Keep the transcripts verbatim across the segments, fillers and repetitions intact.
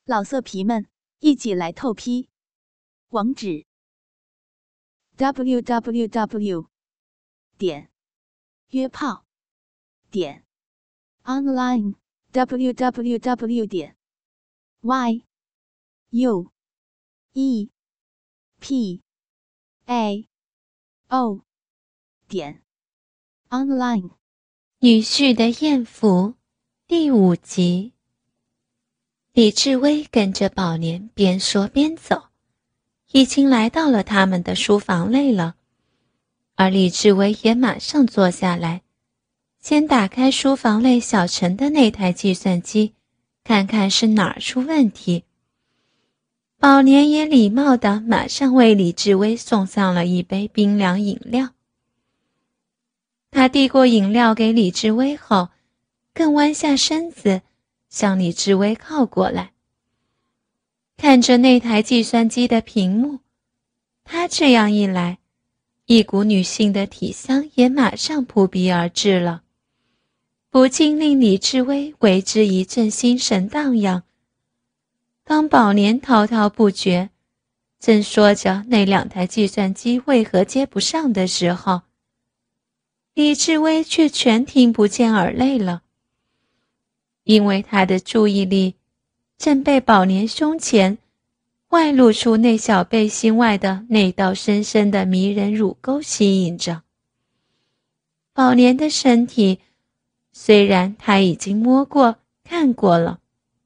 老色皮们，一起来透批！网址 ：double u double u double u 点约炮点 online w w w 点 y u e p a o 点 online。 女婿的艳福第五集。李志威跟着宝年边说边走，已经来到了他们的书房内了。而李志威也马上坐下来，先打开书房内小陈的那台计算机，看看是哪儿出问题。宝年也礼貌地马上为李志威送上了一杯冰凉饮料。他递过饮料给李志威后，更弯下身子向李志威靠过来，看着那台计算机的屏幕。他这样一来，一股女性的体香也马上扑鼻而至了，不禁令李志威为之一阵心神荡漾。当宝年滔滔不绝，正说着那两台计算机为何接不上的时候，李志威却全听不见耳内了，因为他的注意力正被宝年胸前外露出那小背心外的那道深深的迷人乳沟吸引着。宝年的身体虽然他已经摸过看过了，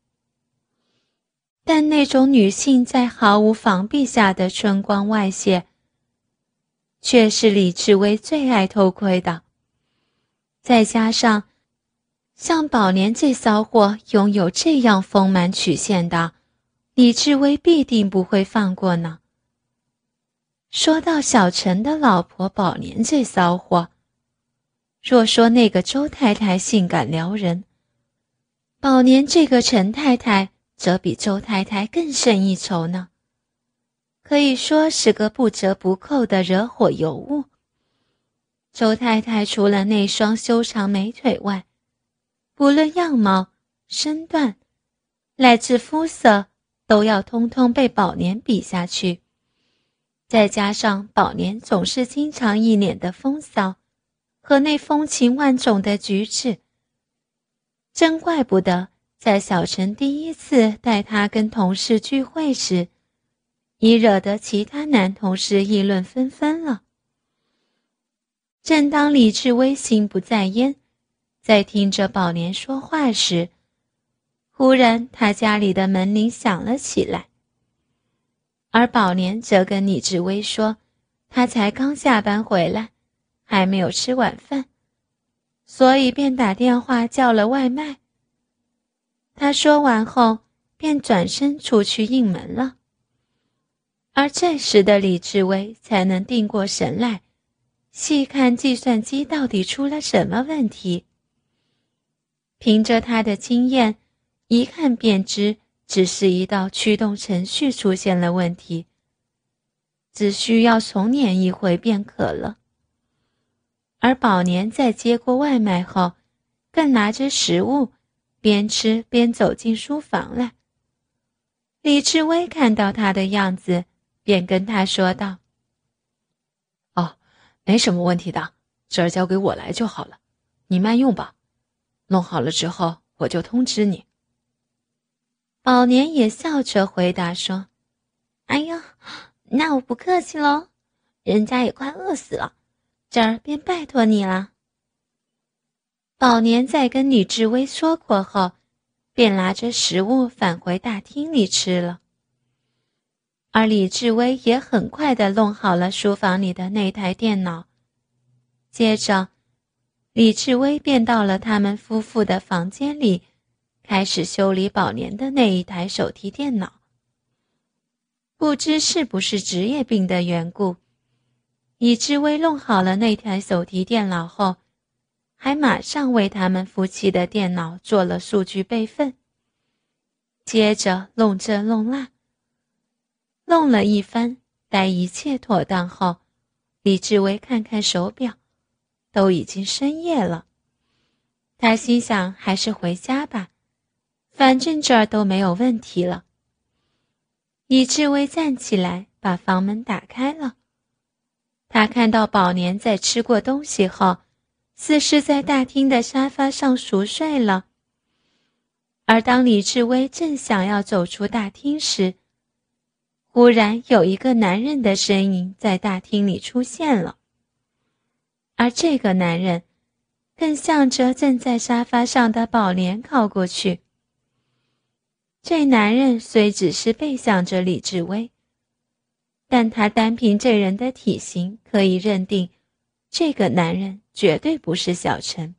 但那种女性在毫无防备下的春光外泄，却是李志威最爱偷窥的。再加上像宝年这骚货拥有这样丰满曲线的，李志威必定不会放过呢。说到小陈的老婆宝年这骚货，若说那个周太太性感撩人，宝年这个陈太太则比周太太更胜一筹呢，可以说是个不折不扣的惹火尤物。周太太除了那双修长美腿外，不论样貌、身段乃至肤色，都要通通被宝年比下去。再加上宝年总是经常一脸的风骚和那风情万种的举止，真怪不得在小陈第一次带他跟同事聚会时，已惹得其他男同事议论纷纷了。正当李志威心不在焉，在听着宝年说话时，忽然他家里的门铃响了起来。而宝年则跟李志威说，他才刚下班回来，还没有吃晚饭，所以便打电话叫了外卖。他说完后便转身出去应门了。而这时的李志威才能定过神来，细看计算机到底出了什么问题。凭着他的经验，一看便知只是一道驱动程序出现了问题，只需要重捻一回便可了。而宝年在接过外卖后，更拿着食物边吃边走进书房来。李志威看到他的样子，便跟他说道： 哦，没什么问题的，这儿交给我来就好了，你慢用吧，弄好了之后我就通知你。 宝年也笑着回答说：哎呀，那我不客气喽，人家也快饿死了，这儿便拜托你了。宝年在跟李志威说过后，便拿着食物返回大厅里吃了。而李志威也很快地弄好了书房里的那台电脑，接着李志威便到了他们夫妇的房间里，开始修理宝年的那一台手提电脑。不知是不是职业病的缘故，李志威弄好了那台手提电脑后，还马上为他们夫妻的电脑做了数据备份，接着弄这弄那，弄了一番，待一切妥当后，李志威看看手表，都已经深夜了。他心想还是回家吧，反正这儿都没有问题了。 李志威站起来，把房门打开了。他看到宝年在吃过东西后，似是在大厅的沙发上熟睡了。而当李志威正想要走出大厅时，忽然有一个男人的身影在大厅里出现了。而这个男人更向着正在沙发上的宝莲靠过去。这男人虽只是背向着李志威，但他单凭这人的体型可以认定，这个男人绝对不是小陈。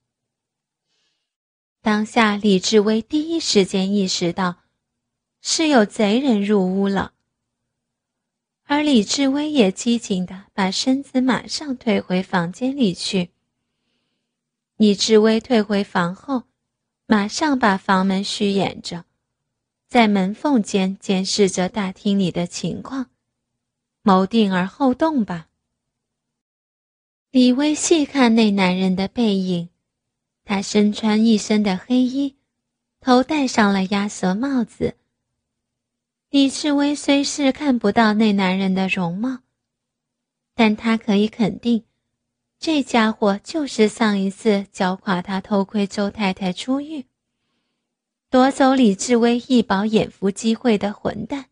当下李志威第一时间意识到是有贼人入屋了，而李志威也机警地把身子马上退回房间里去。李志威退回房后，马上把房门虚掩着，在门缝间监视着大厅里的情况，谋定而后动吧。李威细看那男人的背影，他身穿一身的黑衣，头戴上了鸭舌帽子。李志威虽是看不到那男人的容貌，但他可以肯定，这家伙就是上一次搅垮他偷窥周太太出狱，夺走李志威一饱眼福机会的混蛋。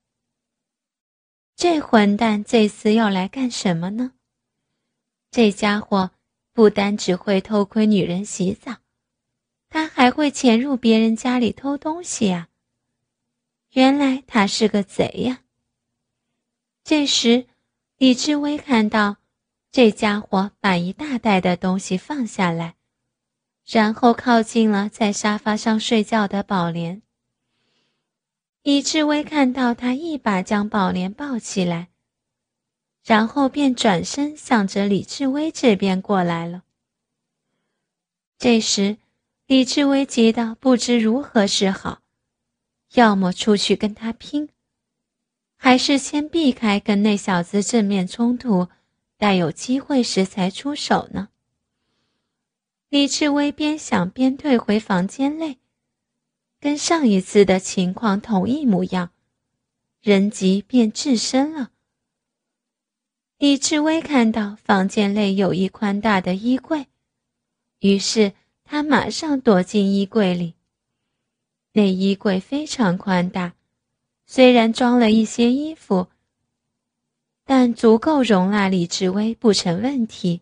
这混蛋这次要来干什么呢？这家伙不单只会偷窥女人洗澡，他还会潜入别人家里偷东西啊！原来他是个贼呀！这时，李志威看到这家伙把一大袋的东西放下来，然后靠近了在沙发上睡觉的宝莲。李志威看到他一把将宝莲抱起来，然后便转身向着李志威这边过来了。这时，李志威急到不知如何是好，要么出去跟他拼，还是先避开跟那小子正面冲突，待有机会时才出手呢？李志威边想边退回房间内，跟上一次的情况同一模样，人急便智身了。李志威看到房间内有一宽大的衣柜，于是他马上躲进衣柜里。那衣柜非常宽大，虽然装了一些衣服，但足够容纳李志威不成问题。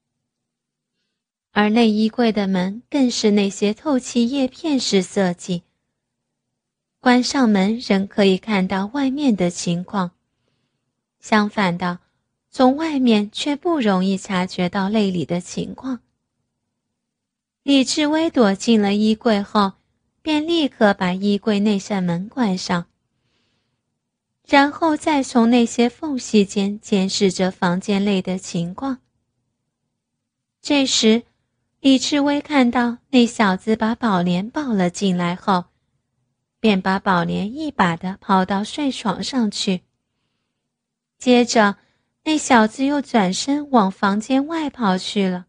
而那衣柜的门更是那些透气叶片式设计，关上门仍可以看到外面的情况，相反的，从外面却不容易察觉到内里的情况。李志威躲进了衣柜后，便立刻把衣柜那扇门关上，然后再从那些缝隙间监视着房间内的情况。这时，李志威看到那小子把宝莲抱了进来后，便把宝莲一把地抛到睡床上去。接着，那小子又转身往房间外跑去了。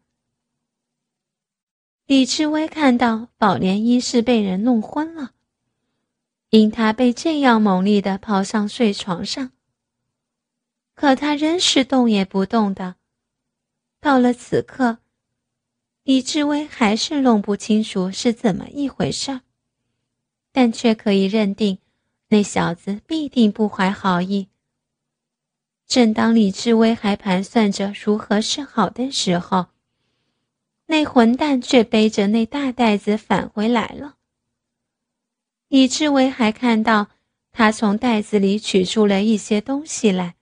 李志威看到宝莲一是被人弄昏了，因他被这样猛力地抛上睡床上，可他仍是动也不动的。到了此刻，李志威还是弄不清楚是怎么一回事，但却可以认定那小子必定不怀好意。正当李志威还盘算着如何是好的时候，那混蛋却背着那大袋子返回来了。李志威还看到他从袋子里取出了一些东西来。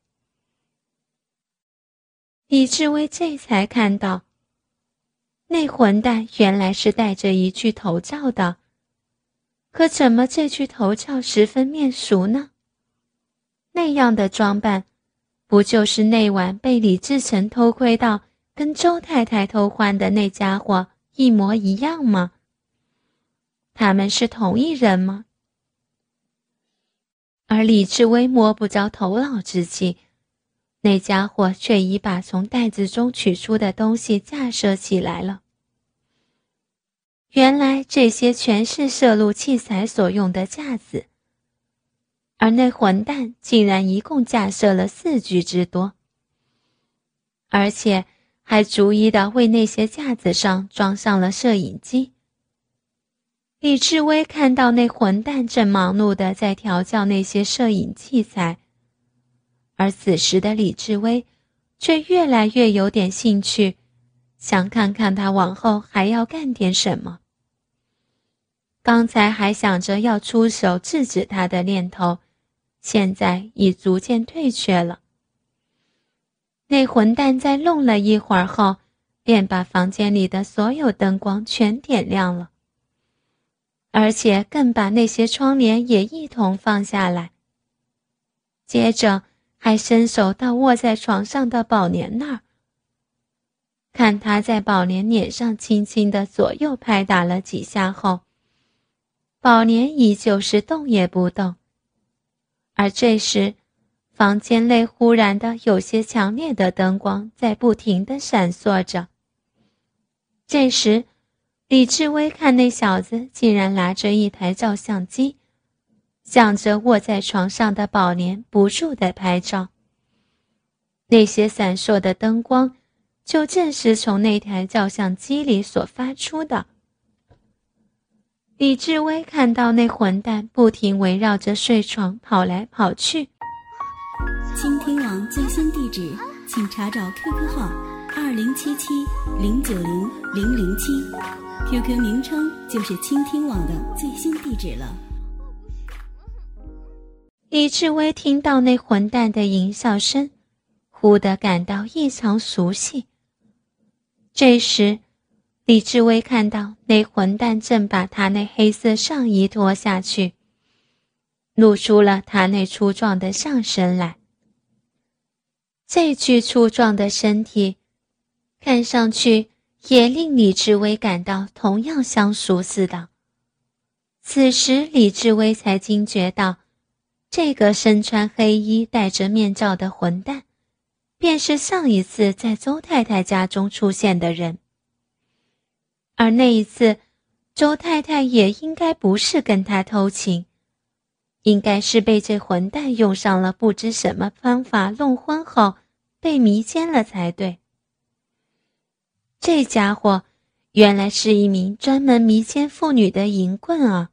李志威这才看到，那混蛋原来是戴着一具头罩的，可怎么这具头罩十分面熟呢？那样的装扮，不就是那晚被李志成偷窥到跟周太太偷欢的那家伙一模一样吗？他们是同一人吗？而李志威摸不着头脑之际，那家伙却已把从袋子中取出的东西架设起来了。原来这些全是摄录器材所用的架子， 而那混蛋竟然一共架设了四具之多，而且还逐一地为那些架子上装上了摄影机。李志威看到那混蛋正忙碌地在调教那些摄影器材，而此时的李志威却越来越有点兴趣，想看看他往后还要干点什么。刚才还想着要出手制止他的念头，现在已逐渐退却了。那混蛋在弄了一会儿后，便把房间里的所有灯光全点亮了，而且更把那些窗帘也一同放下来。接着还伸手到卧在床上的宝莲那儿，看他在宝莲脸上轻轻地左右拍打了几下后，宝莲依旧是动也不动。而这时，房间内忽然的有些强烈的灯光在不停地闪烁着。这时，李志威看那小子竟然拿着一台照相机，向着卧在床上的宝莲不住地拍照。那些闪烁的灯光就正是从那台照相机里所发出的。李志威看到那混蛋不停围绕着睡床跑来跑去。 倾听网最新地址，请查找 Q Q 号二零七七零九零零零七 ，Q Q 名称就是倾听网的最新地址了。 李志威听到那混蛋的淫笑声，忽地感到异常熟悉。这时，李志威看到那混蛋正把他那黑色上衣脱下去，露出了他那粗壮的上身来。这具粗壮的身体，看上去也令李志威感到同样相熟似的。此时李志威才惊觉到，这个身穿黑衣戴着面罩的混蛋，便是上一次在周太太家中出现的人。而那一次，周太太也应该不是跟他偷情，应该是被这混蛋用上了不知什么方法弄昏后被迷奸了才对。这家伙原来是一名专门迷奸妇女的淫棍啊！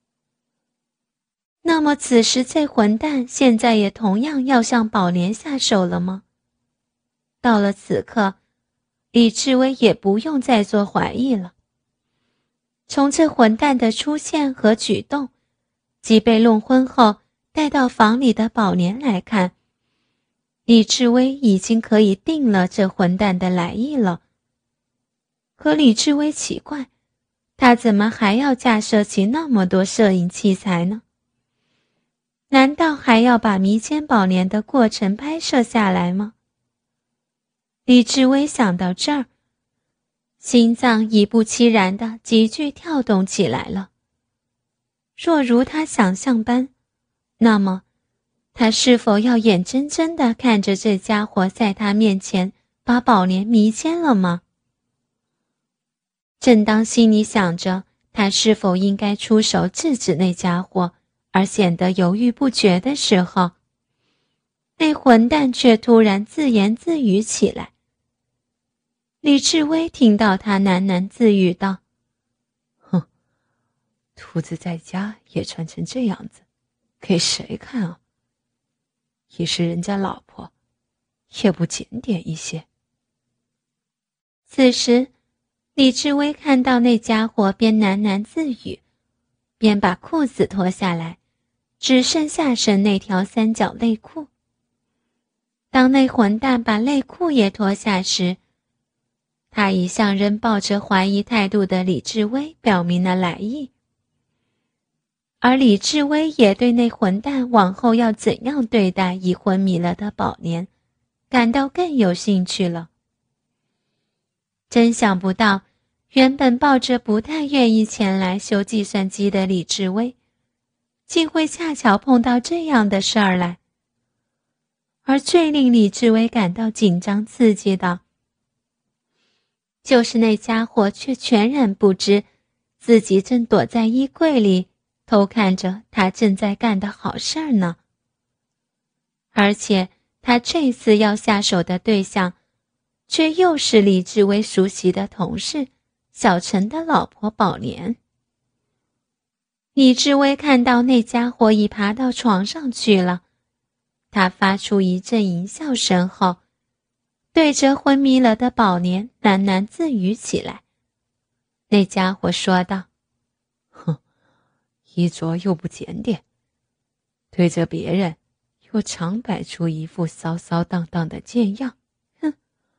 那么此时这混蛋现在也同样要向宝莲下手了吗？到了此刻，李志威也不用再做怀疑了。从这混蛋的出现和举动，及被弄昏后带到房里的宝莲来看，李志威已经可以定了这混蛋的来意了。可李志威奇怪，他怎么还要架设起那么多摄影器材呢？难道还要把迷奸宝莲的过程拍摄下来吗？李志威想到这儿，心脏已不期然地急剧跳动起来了。若如他想象般，那么他是否要眼睁睁地看着这家伙在他面前把宝莲迷奸了吗？正当心里想着他是否应该出手制止那家伙，而显得犹豫不决的时候，那混蛋却突然自言自语起来。李志威听到他喃喃自语道： 哼，兔子在家也穿成这样子，给谁看啊？也是人家老婆，也不检点一些。 此时李志威看到那家伙边喃喃自语，边把裤子脱下来，只剩下身那条三角内裤。当那混蛋把内裤也脱下时，他已向仍抱着怀疑态度的李志威表明了来意。而李志威也对那混蛋往后要怎样对待已昏迷了的宝莲感到更有兴趣了。真想不到，原本抱着不太愿意前来修计算机的李志威，竟会恰巧碰到这样的事儿来。而最令李志威感到紧张刺激的，就是那家伙却全然不知自己正躲在衣柜里偷看着他正在干的好事儿呢。 而且他这次要下手的对象，却又是李志威熟悉的同事小陈的老婆宝莲。李志威看到那家伙已爬到床上去了，他发出一阵淫笑声后，对着昏迷了的宝莲喃喃自语起来。那家伙说道： 哼，衣着又不检点，对着别人又常摆出一副骚骚荡荡的贱样，哼！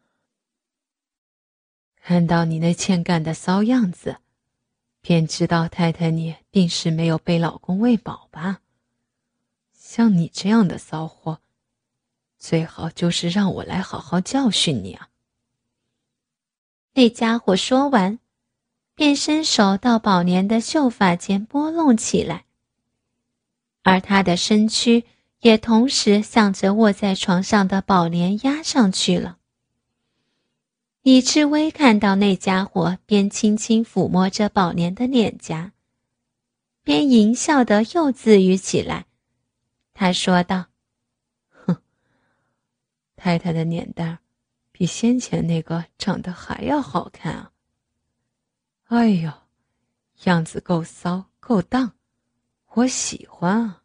看到你那欠干的骚样子，便知道太太你定是没有被老公喂饱吧？像你这样的骚货，最好就是让我来好好教训你啊！ 那家伙说完，便伸手到宝莲的秀发间拨弄起来，而他的身躯也同时向着卧在床上的宝莲压上去了。李志威看到那家伙边轻轻抚摸着宝莲的脸颊，边淫笑地又自语起来。他说道： 哼，太太的脸蛋比先前那个长得还要好看啊！哎呦，样子够骚够荡，我喜欢啊！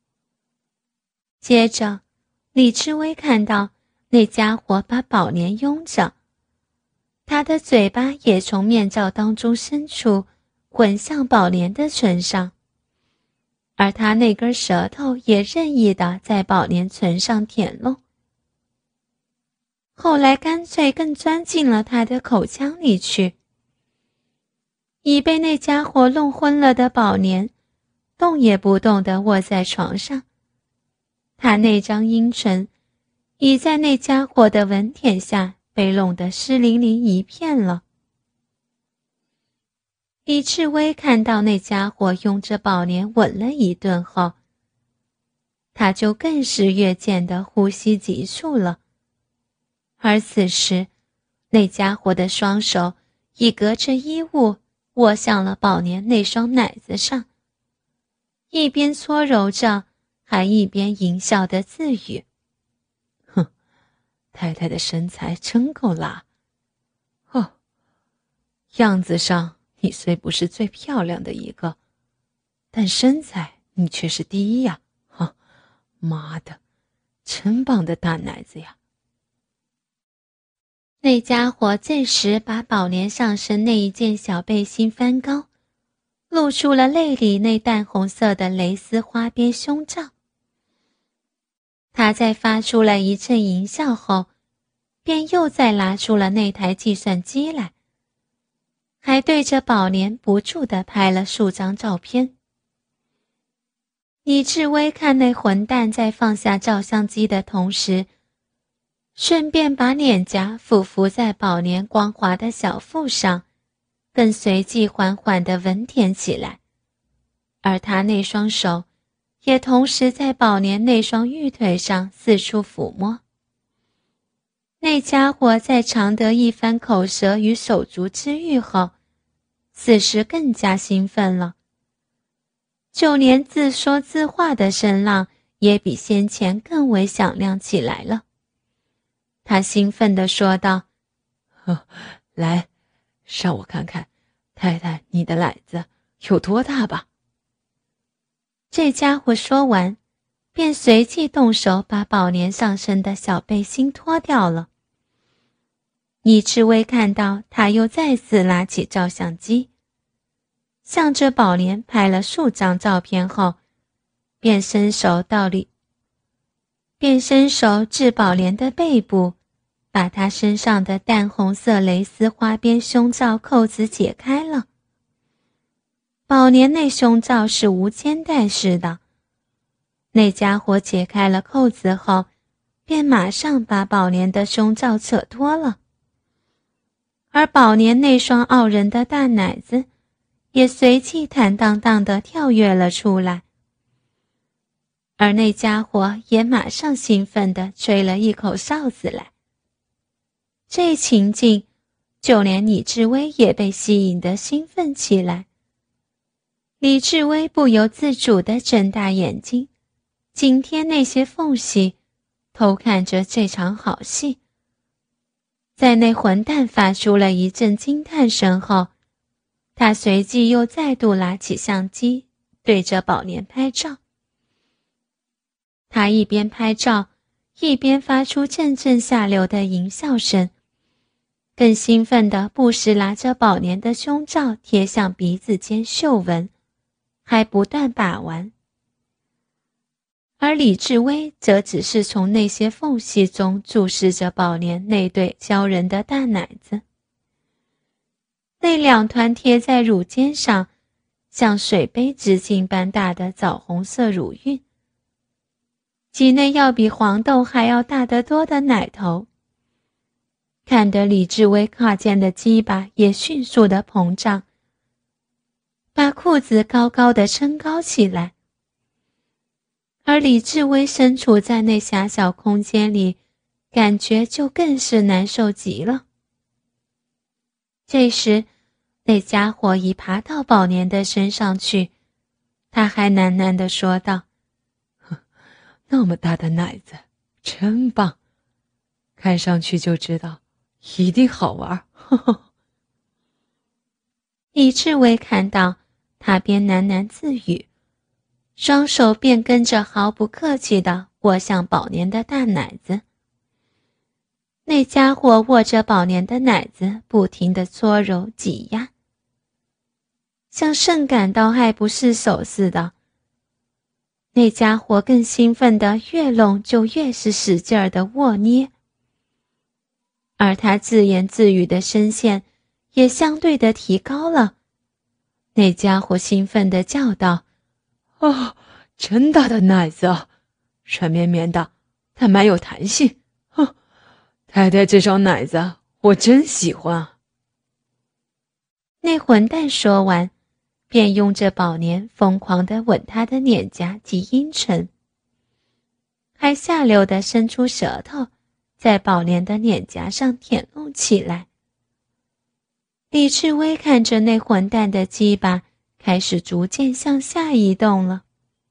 接着，李志威看到那家伙把宝莲拥着，他的嘴巴也从面罩当中伸出，滚向宝莲的唇上，而他那根舌头也任意地在宝莲唇上舔弄，后来干脆更钻进了他的口腔里去。已被那家伙弄昏了的宝莲动也不动地卧在床上，他那张阴唇已在那家伙的吻舔下被弄得湿淋淋一片了。李志威看到那家伙拥着宝莲吻了一顿后，他就更是越见得呼吸急促了。而此时，那家伙的双手已隔着衣物握向了宝莲那双奶子上，一边搓揉着，还一边淫笑的自语： 哼，太太的身材真够辣哦，样子上你虽不是最漂亮的一个，但身材你却是第一呀！哈，妈的，真棒的大奶子呀！ 那家伙这时把宝莲上身那一件小背心翻高，露出了内里那淡红色的蕾丝花边胸罩。他在发出了一阵淫笑后，便又再拿出了那台计算机来，还对着宝莲不住地拍了数张照片。李志威看那混蛋在放下照相机的同时，顺便把脸颊俯伏在宝莲光滑的小腹上，更随即缓缓地吻舔起来，而他那双手也同时在宝莲那双玉腿上四处抚摸。那家伙在尝得一番口舌与手足之欲后，此时更加兴奋了，就连自说自话的声浪也比先前更为响亮起来了。他兴奋地说道： 哦，来，让我看看太太你的奶子有多大吧。 这家伙说完，便随即动手把宝莲上身的小背心脱掉了。李志威看到他又再次拿起照相机，向着宝莲拍了数张照片后，便伸手到里便伸手至宝莲的背部，把她身上的淡红色蕾丝花边胸罩扣子解开了。宝莲那胸罩是无肩带式的，那家伙解开了扣子后，便马上把宝莲的胸罩扯脱了，而宝莲那双傲人的大奶子也随即坦荡荡地跳跃了出来。而那家伙也马上兴奋地吹了一口哨子来。这情景，就连李志威也被吸引得兴奋起来。李志威不由自主地睁大眼睛，紧贴那些缝隙， 偷看着这场好戏。在那混蛋发出了一阵惊叹声后，他随即又再度拿起相机，对着宝莲拍照。他一边拍照，一边发出阵阵下流的淫笑声，更兴奋地不时拿着宝莲的胸罩贴向鼻子间嗅闻，还不断把玩。而李志威则只是从那些缝隙中注视着宝莲那对娇人的大奶子。那两团贴在乳尖上，像水杯直径般大的枣红色乳晕，及那要比黄豆还要大得多的奶头，看得李志威胯间的鸡巴也迅速地膨胀，把裤子高高地撑高起来。而李志威身处在那狭小空间里，感觉就更是难受极了。这时，那家伙已爬到宝莲的身上去，他还喃喃地说道：“ 那么大的奶子，真棒，看上去就知道，一定好玩。”呵呵。 李志威看到他边喃喃自语，双手便跟着毫不客气地握向宝莲的大奶子。那家伙握着宝莲的奶子，不停地搓揉挤压，像甚感到爱不释手似的。那家伙更兴奋地越弄就越是使劲儿地握捏，而他自言自语的声线也相对地提高了。那家伙兴奋地叫道：“ 哦，真大的奶子啊，软绵绵的，但蛮有弹性。哼，太太这双奶子我真喜欢啊。” 那混蛋说完，便用着宝莲疯狂地吻他的脸颊及阴唇，还下流地伸出舌头，在宝莲的脸颊上舔弄起来。李志威看着那混蛋的鸡巴开始逐渐向下移动了，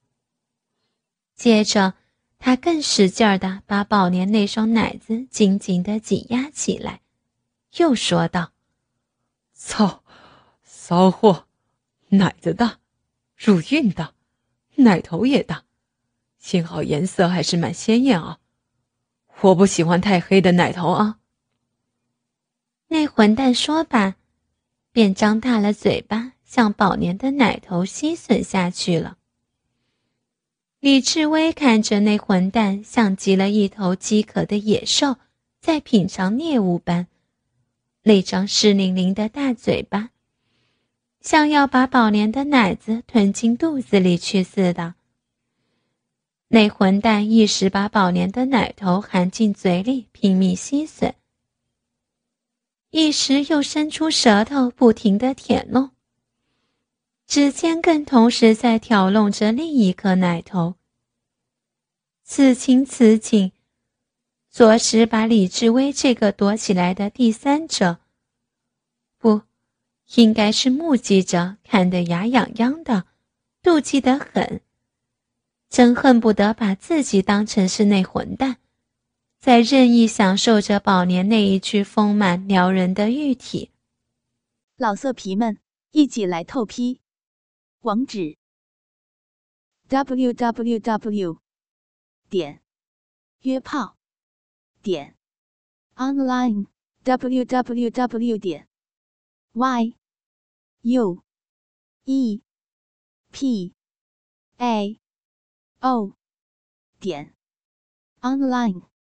接着他更使劲儿地把宝莲那双奶子紧紧地挤压起来，又说道：“ 操，骚货，奶子大，乳晕大，奶头也大，幸好颜色还是蛮鲜艳啊，我不喜欢太黑的奶头啊。” 那混蛋说罢，便张大了嘴巴，向宝莲的奶头吸吮下去了。李志威看着那混蛋像极了一头饥渴的野兽，在品尝猎物般，那张湿淋淋的大嘴巴像要把宝莲的奶子吞进肚子里去似的。那混蛋一时把宝莲的奶头含进嘴里拼命吸吮，一时又伸出舌头不停地舔弄，指尖更同时在挑弄着另一颗奶头。此情此景，着实把李志威这个躲起来的第三者，不，应该是目击者，看得牙痒痒的，妒忌得很，真恨不得把自己当成是那混蛋，在任意享受着宝莲那一具丰满撩人的玉体。 老色皮们，一起来透批！网址 ：double-u double-u double-u 点约炮点 online double-u double-u double-u 点 y u e p a o 点 online。